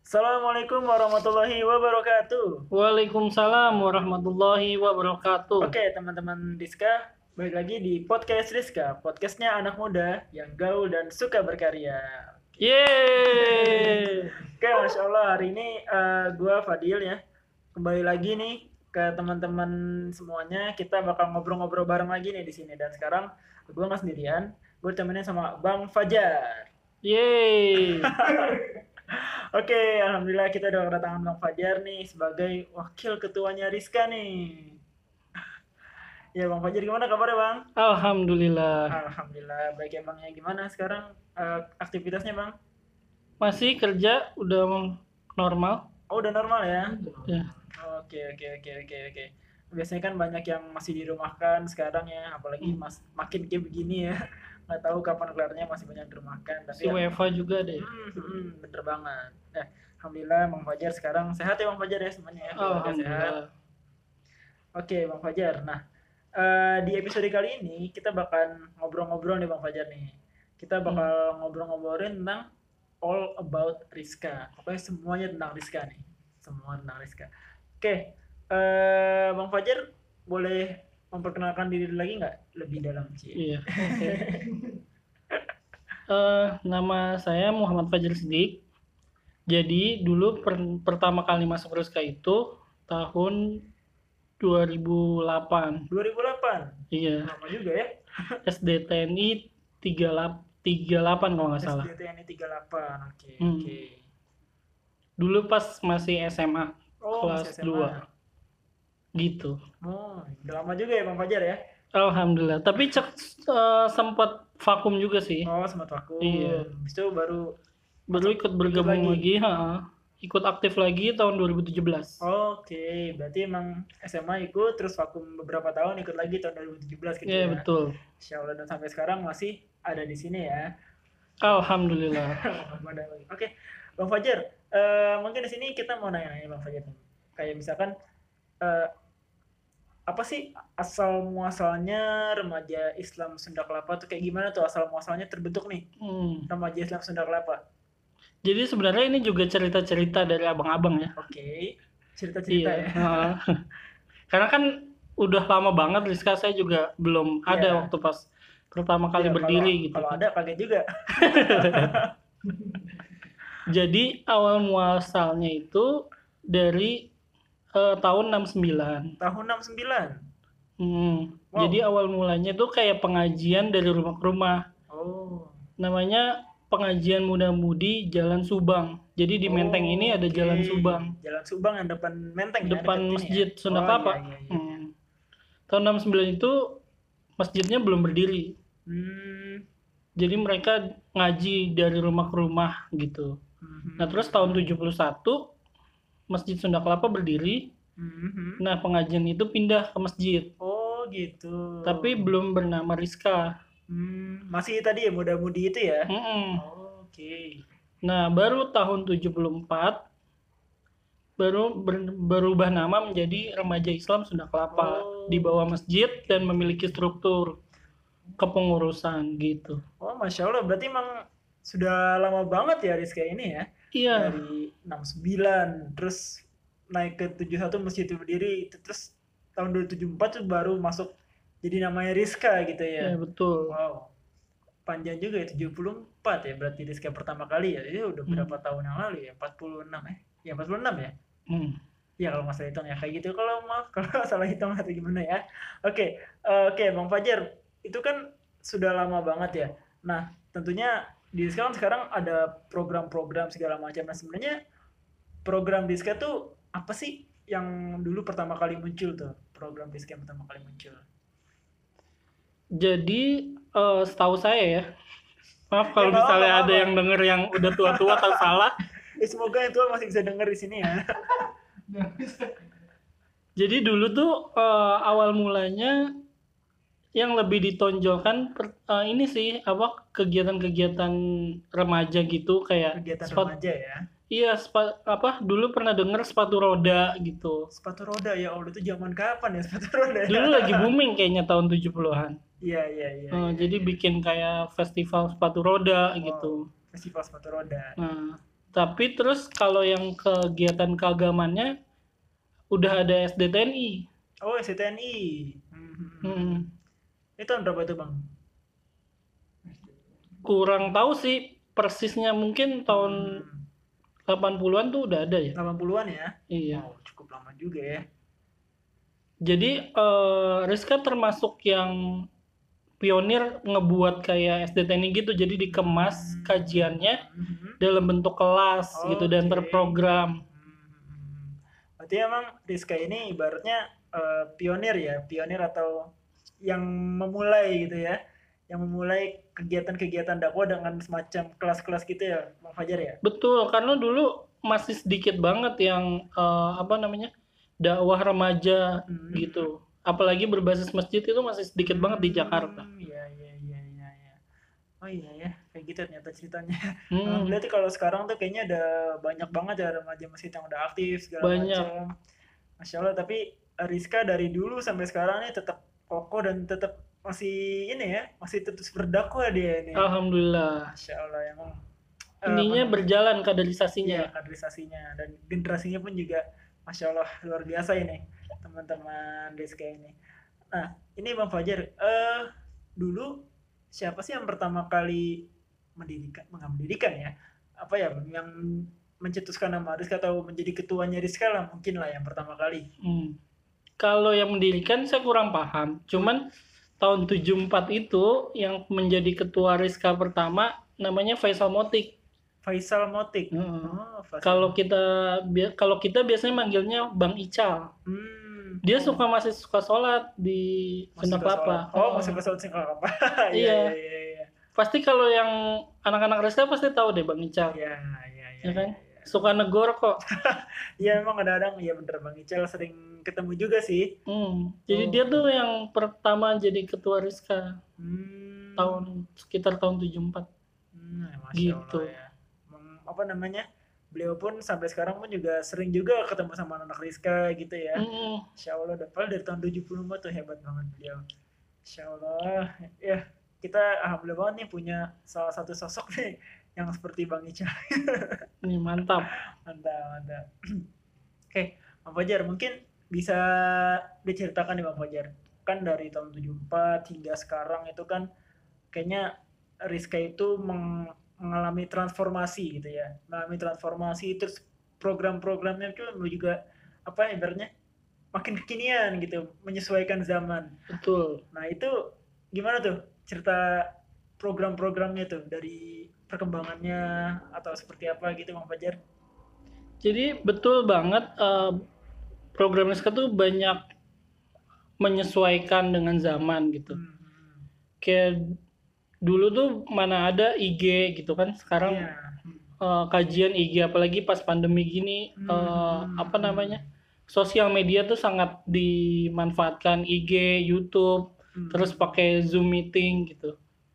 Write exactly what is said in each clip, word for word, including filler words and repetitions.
Assalamualaikum warahmatullahi wabarakatuh. Waalaikumsalam warahmatullahi wabarakatuh. Oke, teman-teman Rizka, balik lagi di podcast Rizka, podcastnya anak muda yang gaul dan suka berkarya. Yeay. Oke, masya Allah hari ini uh, gue Fadil ya, kembali lagi nih ke teman-teman semuanya. Kita bakal ngobrol-ngobrol bareng lagi nih di sini. Dan sekarang gue nggak sendirian, gue temenin sama Bang Fajar. Yeay. Oke, alhamdulillah kita udah kedatangan Bang Fajar nih sebagai wakil ketuanya Rizka nih. Ya Bang Fajar, gimana kabarnya Bang? Alhamdulillah. Alhamdulillah baik ya Bang. Ya gimana sekarang uh, aktivitasnya Bang? Masih kerja udah normal? Oh udah normal ya? Ya. Oke oke oke oke oke. Biasanya kan banyak yang masih dirumahkan sekarang ya, apalagi mas makin kayak begini ya. Nggak tahu kapan kelarnya, masih banyak dirumahkan. Tapi Si W F H juga deh. Hmm, hmm, bener banget. Eh, alhamdulillah Bang Fajar sekarang sehat ya Bang Fajar ya semuanya ya. Keluarga sehat. Alhamdulillah. Oke Bang Fajar. Nah uh, di episode kali ini kita bakal ngobrol-ngobrol nih Bang Fajar nih. Kita bakal hmm. ngobrol-ngobrolin tentang all about Rizka. Pokoknya semuanya tentang Rizka nih. Semua tentang Rizka. Oke, uh, Bang Fajar boleh memperkenalkan diri lagi nggak lebih dalam sih? Iya. Okay. uh, nama saya Muhammad Fajar Siddiq. Jadi dulu per, pertama kali masuk Rizka itu tahun dua ribu delapan. dua ribu delapan? Iya. Lama juga ya. S D T N I tiga puluh delapan kalau nggak salah. S D T N I tiga puluh delapan, oke. Okay, hmm. okay. Dulu pas masih S M A, oh, kelas masih S M A. dua. Gitu. Oh, udah lama juga ya Bang Fajar ya? Alhamdulillah, tapi cek uh, sempat vakum juga sih. Oh, sempat vakum. Iya. Habis itu baru baru ikut bergabung lagi, lagi ha, ikut aktif lagi tahun dua ribu tujuh belas. Oke, okay. Berarti emang S M A ikut terus vakum beberapa tahun, ikut lagi tahun dua ribu tujuh belas gitu yeah, ya. Iya, betul. Insyaallah, dan sampai sekarang masih ada di sini ya. Alhamdulillah. Oke, okay. Bang Fajar, uh, mungkin di sini kita mau nanya-nanya Bang Fajar nih. Kayak misalkan uh, apa sih asal muasalnya remaja Islam Sunda Kelapa tuh kayak gimana tuh asal muasalnya terbentuk nih hmm. remaja Islam Sunda Kelapa? Jadi sebenarnya ini juga cerita-cerita dari abang-abang ya. Oke, okay. cerita-cerita iya. ya. Karena kan udah lama banget Rizka, saya juga belum yeah. ada waktu pas pertama kali yeah, berdiri kalau, gitu. Kalau ada kaget juga. Jadi awal muasalnya itu dari Uh, tahun enam puluh sembilan. Tahun enam puluh sembilan? Hmm. Wow. Jadi awal mulanya tuh kayak pengajian dari rumah ke rumah. Oh. Namanya pengajian muda-mudi Jalan Subang. Jadi di oh, Menteng ini ada okay. Jalan Subang. Jalan Subang yang depan Menteng depan ya? Masjid ya? Sunda Oh, Kelapa. iya, iya, iya. Hmm. Tahun enam puluh sembilan itu masjidnya belum berdiri. Hmm. Jadi mereka ngaji dari rumah ke rumah gitu. Hmm. Nah terus tahun tujuh puluh satu Masjid Sunda Kelapa berdiri. Mm-hmm. Nah, pengajian itu pindah ke masjid. Oh, gitu. Tapi belum bernama Rizka. Hmm, masih tadi ya muda-mudi itu ya? Mm-mm. Oh, oke. Okay. Nah, baru tahun tujuh puluh empat baru ber- berubah nama menjadi Remaja Islam Sunda Kelapa oh. di bawah masjid dan memiliki struktur kepengurusan gitu. Oh, Masya Allah. Berarti emang sudah lama banget ya Rizka ini ya? Iya. Dari enam puluh sembilan terus naik ke tujuh puluh satu masjid itu berdiri, terus tahun dua ribu tujuh puluh empat tuh baru masuk jadi namanya Rizka gitu ya. Iya, betul. Wow. Panjang juga ya, tujuh puluh empat ya berarti Rizka pertama kali ya. Itu udah berapa hmm. tahun yang lalu ya? empat puluh enam ya? Ya empat puluh enam ya? Hmm. Ya kalau nggak salah hitung ya kayak gitu. Kalau maaf kalau salah hitung atau gimana ya. Oke, uh, oke okay, Bang Fajar, itu kan sudah lama banget ya. Nah, tentunya di sekarang sekarang ada program-program segala macam. Nah sebenarnya program Diska tuh apa sih yang dulu pertama kali muncul tuh? Program Diska yang pertama kali muncul. Jadi uh, setahu saya ya, maaf kalau ya, misalnya apa, ada apa. yang denger yang udah tua-tua atau salah. Ya, semoga yang tua masih bisa denger di sini ya. Jadi dulu tuh uh, awal mulanya yang lebih ditonjolkan uh, ini sih apa kegiatan-kegiatan remaja gitu kayak kegiatan sepatu, remaja ya. Iya, spa, apa dulu pernah denger sepatu roda gitu. Sepatu roda ya, Allah itu zaman kapan ya sepatu roda? Dulu lagi booming kayaknya tahun tujuh puluhan. Iya, iya, iya. Uh, ya, jadi ya. bikin kayak festival sepatu roda oh, gitu. Festival sepatu roda. Nah, Tapi terus kalau yang kegiatan keagamannya udah ada S D T N I. Oh, S T N I. Hmm. Hmm. Itu tahun berapa itu bang? Kurang tahu sih persisnya, mungkin tahun Hmm. delapan puluhan tuh udah ada ya. delapan puluhan ya? Iya. Wow, cukup lama juga ya. Jadi eh, Rizka termasuk yang pionir ngebuat kayak S D T N I gitu. Jadi dikemas Hmm. kajiannya Mhm. dalam bentuk kelas gitu dan Oke. terprogram. Hmm. Berarti emang Rizka ini ibaratnya eh, pionir ya, pionir atau yang memulai gitu ya, yang memulai kegiatan-kegiatan dakwah dengan semacam kelas-kelas gitu ya, Bang Fajar ya. Betul, karena dulu masih sedikit banget yang eh, apa namanya dakwah remaja Hmm. gitu. Apalagi berbasis masjid itu masih sedikit banget di Jakarta. Hmm, iya iya iya iya iya. Oh iya ya, kayak gitu ternyata ceritanya. Hmm, Alhamdulillah tuh kalau sekarang tuh kayaknya ada banyak banget ya remaja masjid yang udah aktif segala banyak. macam. Masya Allah, tapi Rizka dari dulu sampai sekarang nih tetap kokoh dan tetap masih ini ya, masih terus berdakwah dia ini. Alhamdulillah. Masya Allah emang eh, apa Ininya namanya? berjalan Iya, kaderisasinya. kaderisasinya dan generasinya pun juga Masya Allah luar biasa ini teman-teman Rizka ini. Nah, ini Bang Fajar, eh dulu siapa sih yang pertama kali mendirikan, nggak mendirikan ya, apa ya, yang mencetuskan nama Rizka atau menjadi ketuanya Rizka lah mungkin lah yang pertama kali. Hmm. Kalau yang mendirikan saya kurang paham. Cuman tahun tujuh puluh empat itu yang menjadi ketua Rizka pertama namanya Faisal Motik. Faisal Motik. Heeh. Oh, Faisal. Kalau kita bi- kalau kita biasanya manggilnya Bang Ical. Hmm, Dia oh, suka masih suka sholat di masih Sunda suka sholat. Kelapa. Oh, Heeh. masih suka sholat sih apa? Iya, Iya. iya, iya, iya. Pasti kalau yang anak-anak Rizka pasti tahu deh Bang Ical. Iya, iya, iya, Ya kan? iya, iya. Suka negor kok. Iya, emang kadang-kadang iya bener Bang Ical sering ketemu juga sih. Hmm. Jadi Oh. dia tuh yang pertama jadi ketua Rizka Hmm. tahun sekitar tahun tujuh puluh empat. Hmm, Masya Gitu. Allah ya. Mem- Apa namanya? Beliau pun sampai sekarang pun juga sering juga ketemu sama anak Rizka gitu ya. Hmm. Insya Allah udah padahal dari tahun tujuh puluh empat tuh hebat banget beliau. Insya Allah ya, kita alhamdulillah banget nih punya salah satu sosok nih yang seperti Bang Ica. Ini mantap. Mantap, mantap. Oke, Bang Fajar mungkin bisa diceritakan nih Bang Fajar. Kan dari tahun tujuh puluh empat hingga sekarang itu kan kayaknya Rizka itu meng- mengalami transformasi gitu ya. Mengalami transformasi terus program-programnya itu juga apa ibaratnya makin kekinian gitu, menyesuaikan zaman. Betul. Nah, itu gimana tuh cerita program-programnya tuh dari perkembangannya atau seperti apa gitu Bang Fajar? Jadi betul banget eh, program Rizka tuh banyak menyesuaikan dengan zaman gitu. Hmm. Kayak dulu tuh mana ada I G gitu kan, sekarang Iya. eh, kajian I G apalagi pas pandemi gini eh, Hmm. apa namanya sosial media tuh sangat dimanfaatkan, I G, YouTube, Hmm. terus pakai Zoom meeting gitu.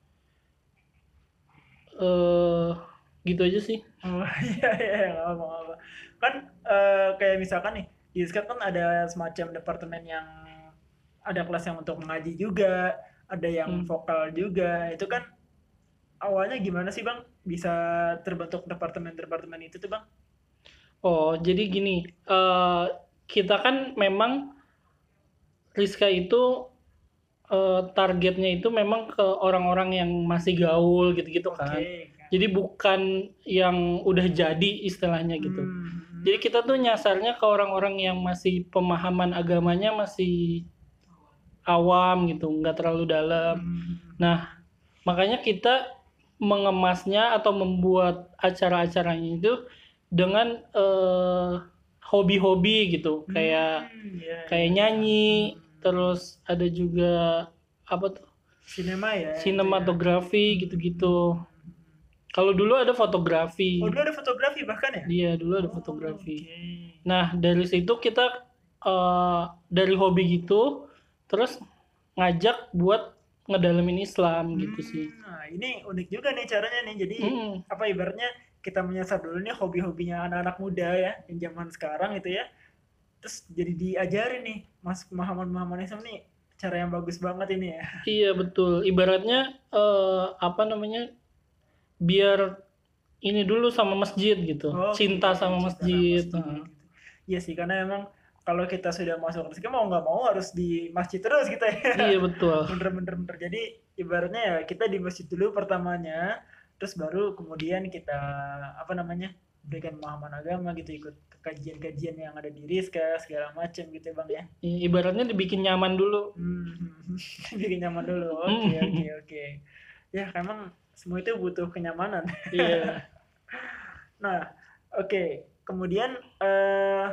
Eh gitu aja sih. Oh iya iya nggak apa nggak apa. Kan eh, kayak misalkan nih di Discord kan ada semacam departemen yang ada kelas yang untuk mengaji juga, ada yang Hmm. vokal juga. Itu kan awalnya gimana sih Bang bisa terbentuk departemen-departemen itu tuh Bang? Oh, jadi gini, eh, kita kan memang Rizka itu eh, targetnya itu memang ke orang-orang yang masih gaul gitu-gitu kan. Oke. Jadi bukan yang udah jadi istilahnya gitu. Hmm. Jadi kita tuh nyasarnya ke orang-orang yang masih pemahaman agamanya masih awam gitu, nggak terlalu dalam. Hmm. Nah, makanya kita mengemasnya atau membuat acara-acaranya itu dengan eh, hobi-hobi gitu, kayak Hmm, iya, kayak iya. nyanyi, Hmm. terus ada juga apa tuh Sinema ya. itu ya. sinematografi gitu-gitu. Kalau dulu ada fotografi. Oh dulu ada fotografi bahkan ya? Iya, dulu ada Oh, fotografi. oke. Nah, dari situ kita eh, dari hobi gitu terus ngajak buat ngedalamin Islam gitu sih. Hmm, Nah, ini unik juga nih caranya nih. Jadi Hmm, apa ibaratnya kita menyasar dulu nih hobi-hobinya anak-anak muda ya, yang zaman sekarang itu ya. Terus jadi diajarin nih, mas pemahaman-pemahaman Islam nih cara yang bagus banget ini ya. iya betul. Ibaratnya eh, apa namanya? Biar ini dulu sama masjid gitu, Oh, cinta oke, sama cinta masjid. sama Nah, gitu. Iya sih, karena emang kalau kita sudah masuk rezeki mau nggak mau harus di masjid terus kita iya ya. betul. Bener-bener bener. Jadi ibaratnya ya kita di masjid dulu pertamanya, terus baru kemudian kita apa namanya berikan pemahaman agama gitu, ikut ke kajian-kajian yang ada di Rizka segala macam gitu ya, bang ya. I- Ibaratnya dibikin nyaman dulu. Hmm, bikin nyaman dulu. Oke oke Hmm, oke. Ya emang semua itu butuh kenyamanan. iya. Nah, oke. Kemudian eh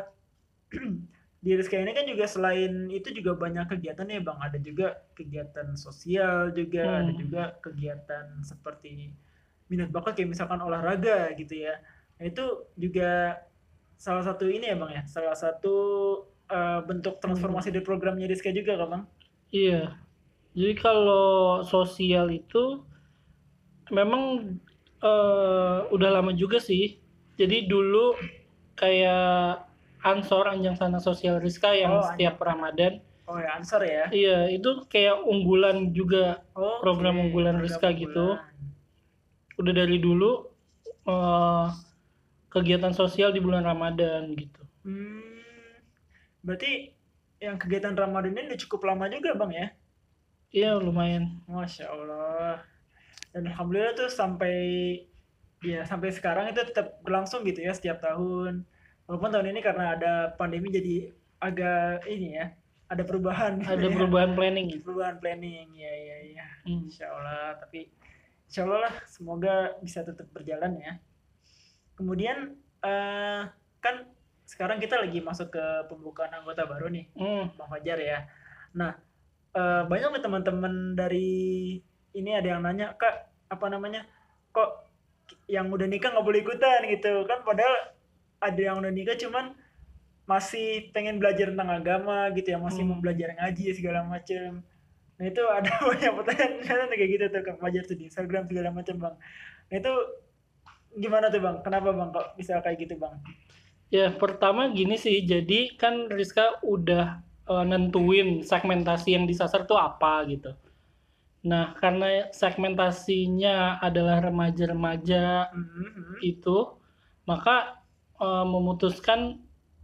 di Rizka ini kan juga selain itu juga banyak kegiatan ya Bang. Ada juga kegiatan sosial juga, ada Hmm, juga kegiatan seperti minat bakat kayak misalkan olahraga gitu ya. Nah, itu juga salah satu ini ya Bang ya, salah satu eh, bentuk hmm, transformasi dari programnya Rizka juga kan Bang? iya. Jadi kalau sosial itu memang eh, udah lama juga sih. Jadi dulu kayak Ansor Anjang Sana Sosial Rizka yang Oh, Anjang setiap Tanah. Ramadan. Oh ya, Ansor ya. Iya, itu kayak unggulan juga, Oke, program unggulan program Rizka gitu. unggulan. Udah dari dulu eh, kegiatan sosial di bulan Ramadan gitu. Hmm, berarti yang kegiatan Ramadan ini udah cukup lama juga Bang ya? Iya, lumayan. Masya Allah. Dan alhamdulillah tuh sampai ya sampai sekarang itu tetap berlangsung gitu ya setiap tahun. Walaupun tahun ini karena ada pandemi jadi agak ini ya, ada perubahan gitu Ada ya. perubahan planning gitu. Perubahan planning ya ya ya. Hmm. Insya Allah. Tapi insya Allah lah semoga bisa tetap berjalan ya. Kemudian eh, kan sekarang kita lagi masuk ke pembukaan anggota baru nih, Hmm. Bang Fajar ya. Nah, eh, banyak nih teman-teman dari ini ada yang nanya, Kak, apa namanya? Kok yang udah nikah nggak boleh ikutan gitu kan? Padahal ada yang udah nikah cuman masih pengen belajar tentang agama gitu ya, masih mau Hmm. belajar ngaji segala macem. Nah itu ada banyak pertanyaan kayak gitu tuh Kak Fajar tuh di Instagram segala macam Bang. Nah itu gimana tuh Bang? Kenapa Bang kok bisa kayak gitu Bang? Ya, pertama gini sih. Jadi kan Rizka udah eh, nentuin segmentasi yang disasar tuh apa gitu. Nah, karena segmentasinya adalah remaja-remaja Mhm. itu, maka eh, memutuskan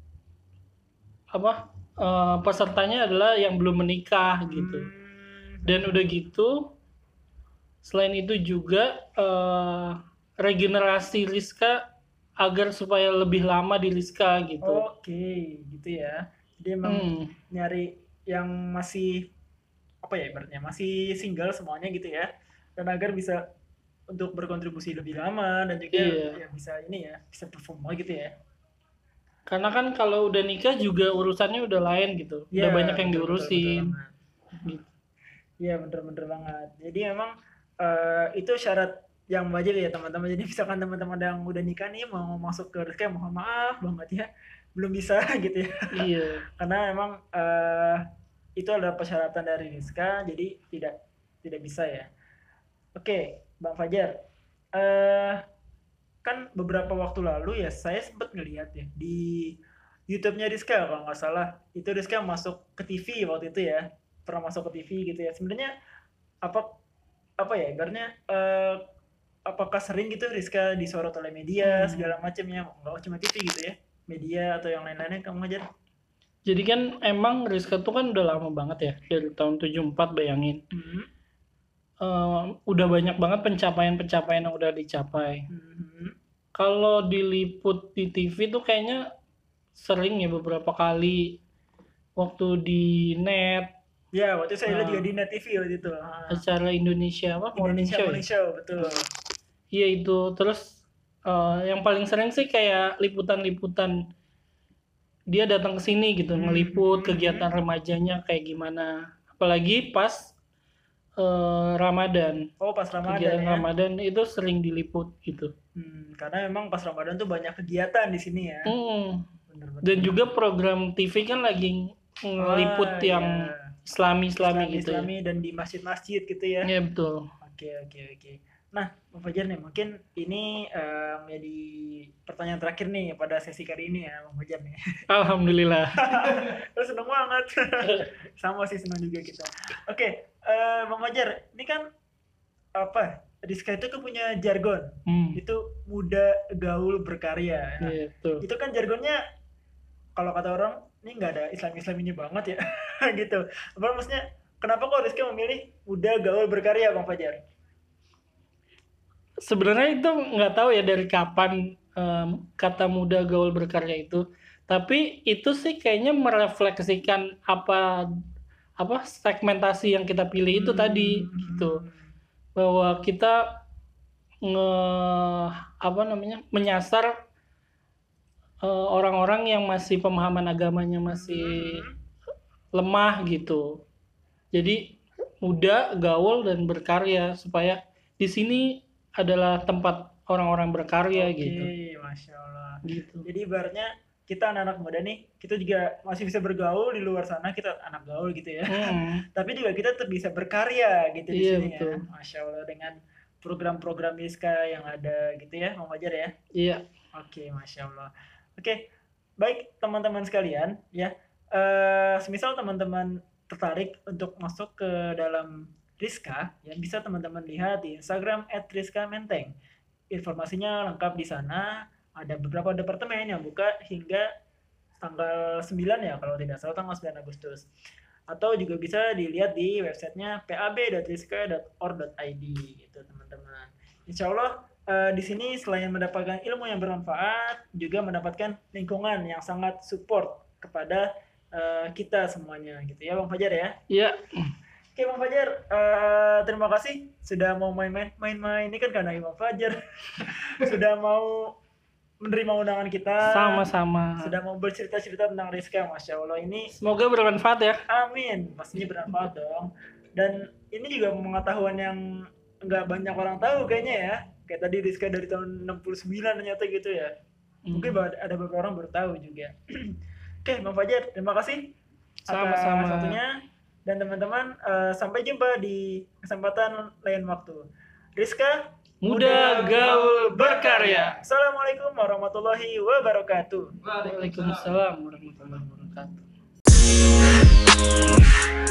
apa eh, pesertanya adalah yang belum menikah gitu. Dan Hmm. udah gitu, selain itu juga eh, regenerasi Rizka agar supaya lebih lama di Rizka gitu. Oke, gitu ya. Jadi emang Hmm, nyari yang masih apa ya ibaratnya masih single semuanya gitu ya. Dan agar bisa untuk berkontribusi lebih lama dan juga iya. ya bisa ini ya, bisa perform lagi gitu ya. Karena kan kalau udah nikah juga urusannya udah lain gitu. Udah Iya, banyak yang betul betul betul diurusin. banget. Gitu. Iya, bener-bener banget. Jadi memang eh, itu syarat yang wajib ya teman-teman. Jadi misalkan teman-teman yang udah nikah nih mau masuk ke Rizka, mohon maaf banget ya, belum bisa gitu ya. Iya. Karena memang eh, itu adalah persyaratan dari Rizka, jadi tidak tidak bisa ya. Oke, Bang Fajar. Eh kan beberapa waktu lalu ya saya sempat ngelihat ya di YouTube-nya Rizka kalau nggak salah. Itu Rizka masuk ke T V waktu itu ya. Pernah masuk ke T V gitu ya. Sebenarnya apa apa ya ibaratnya eh, apakah sering gitu Rizka disorot oleh media Hmm. segala macamnya nggak cuma T V gitu ya media atau yang lain-lainnya kamu ngajar. Jadi kan emang Rizka tuh kan udah lama banget ya, dari tahun tujuh puluh empat bayangin. Hmm. Eh, udah banyak banget pencapaian-pencapaian yang udah dicapai. Hmm. Kalau diliput di T V tuh kayaknya sering ya beberapa kali waktu di net, Ya waktu itu saya lihat juga eh, di Net T V waktu itu. Ah, acara Indonesia apa morning Indonesia show ya. Morning Show betul. Iya itu terus eh, yang paling sering sih kayak liputan-liputan dia datang ke sini gitu Hmm. ngeliput Hmm. kegiatan Hmm. remajanya kayak gimana. Apalagi pas eh, Ramadan. Oh pas Ramadan Kegiatan ya. Ramadan itu sering diliput gitu. Hmm, karena memang pas Ramadan tuh banyak kegiatan di sini ya. Hmm. Bener-bener. Dan juga program T V kan lagi ngeliput Ah ya, yang Islami-Islami gitu ya. Islami-Islami dan di masjid-masjid gitu ya. Iya betul. Oke oke oke. Nah, Bang Fajar nih, mungkin ini em, jadi pertanyaan terakhir nih pada sesi kali ini ya, Bang Fajar nih. Alhamdulillah. Lu seneng banget. Sama sih seneng juga kita. Oke, eh, Bang Fajar, ini kan apa? Rizka itu kan punya jargon. Hmm. Itu muda, gaul, berkarya. Nah, Iya, betul. itu kan jargonnya kalau kata orang ini nggak ada Islam-Islam ini banget ya. Gitu. Apa maksudnya kenapa kok Rizka memilih muda, gaul, berkarya Bang Fajar? Sebenarnya itu nggak tahu ya dari kapan em, kata muda gaul berkarya itu. Tapi itu sih kayaknya merefleksikan apa apa segmentasi yang kita pilih itu tadi gitu. Bahwa kita nge apa namanya menyasar eh, orang-orang yang masih pemahaman agamanya masih lemah gitu. Jadi muda, gaul dan berkarya supaya di sini adalah tempat orang-orang berkarya Oke, gitu. Masya Allah. Gitu. Jadi ibaratnya kita anak-anak muda nih, kita juga masih bisa bergaul di luar sana, kita anak gaul gitu ya. Hmm. Tapi juga kita tetap bisa berkarya gitu di Iya, sini betul. ya. Masya Allah dengan program-program Rizka yang ada gitu ya, Bang Fajar ya. Iya. Oke, Masya Allah. Oke, baik teman-teman sekalian ya. Eh, semisal teman-teman tertarik untuk masuk ke dalam Rizka, ya bisa teman-teman lihat di Instagram et rizka menteng. Informasinya lengkap di sana. Ada beberapa departemen yang buka hingga tanggal sembilan ya kalau tidak salah, tanggal sembilan Agustus. Atau juga bisa dilihat di websitenya p a b dot rizka dot org dot i d gitu teman-teman. Insya Allah eh, di sini selain mendapatkan ilmu yang bermanfaat, juga mendapatkan lingkungan yang sangat support kepada eh, kita semuanya gitu ya Bang Fajar ya. Iya. Oke Bang Fajar, eh, terima kasih sudah mau main-main. Main-main ini kan karena Bang Fajar sudah mau menerima undangan kita. Sama-sama. Sudah mau bercerita-cerita tentang Rizka, Masya Allah ini. Semoga bermanfaat ya. Amin, pastinya bermanfaat dong. Dan ini juga pengetahuan yang nggak banyak orang tahu kayaknya ya. Kayak tadi Rizka dari tahun enam puluh sembilan ternyata gitu ya. Mungkin Hmm. ada beberapa orang baru tahu juga. Oke, Bang Fajar, terima kasih Sama-sama. atas waktunya. Dan teman-teman, eh, sampai jumpa di kesempatan lain waktu. Rizka, Muda, gaul, berkarya. Assalamualaikum warahmatullahi wabarakatuh. Waalaikumsalam warahmatullahi wabarakatuh.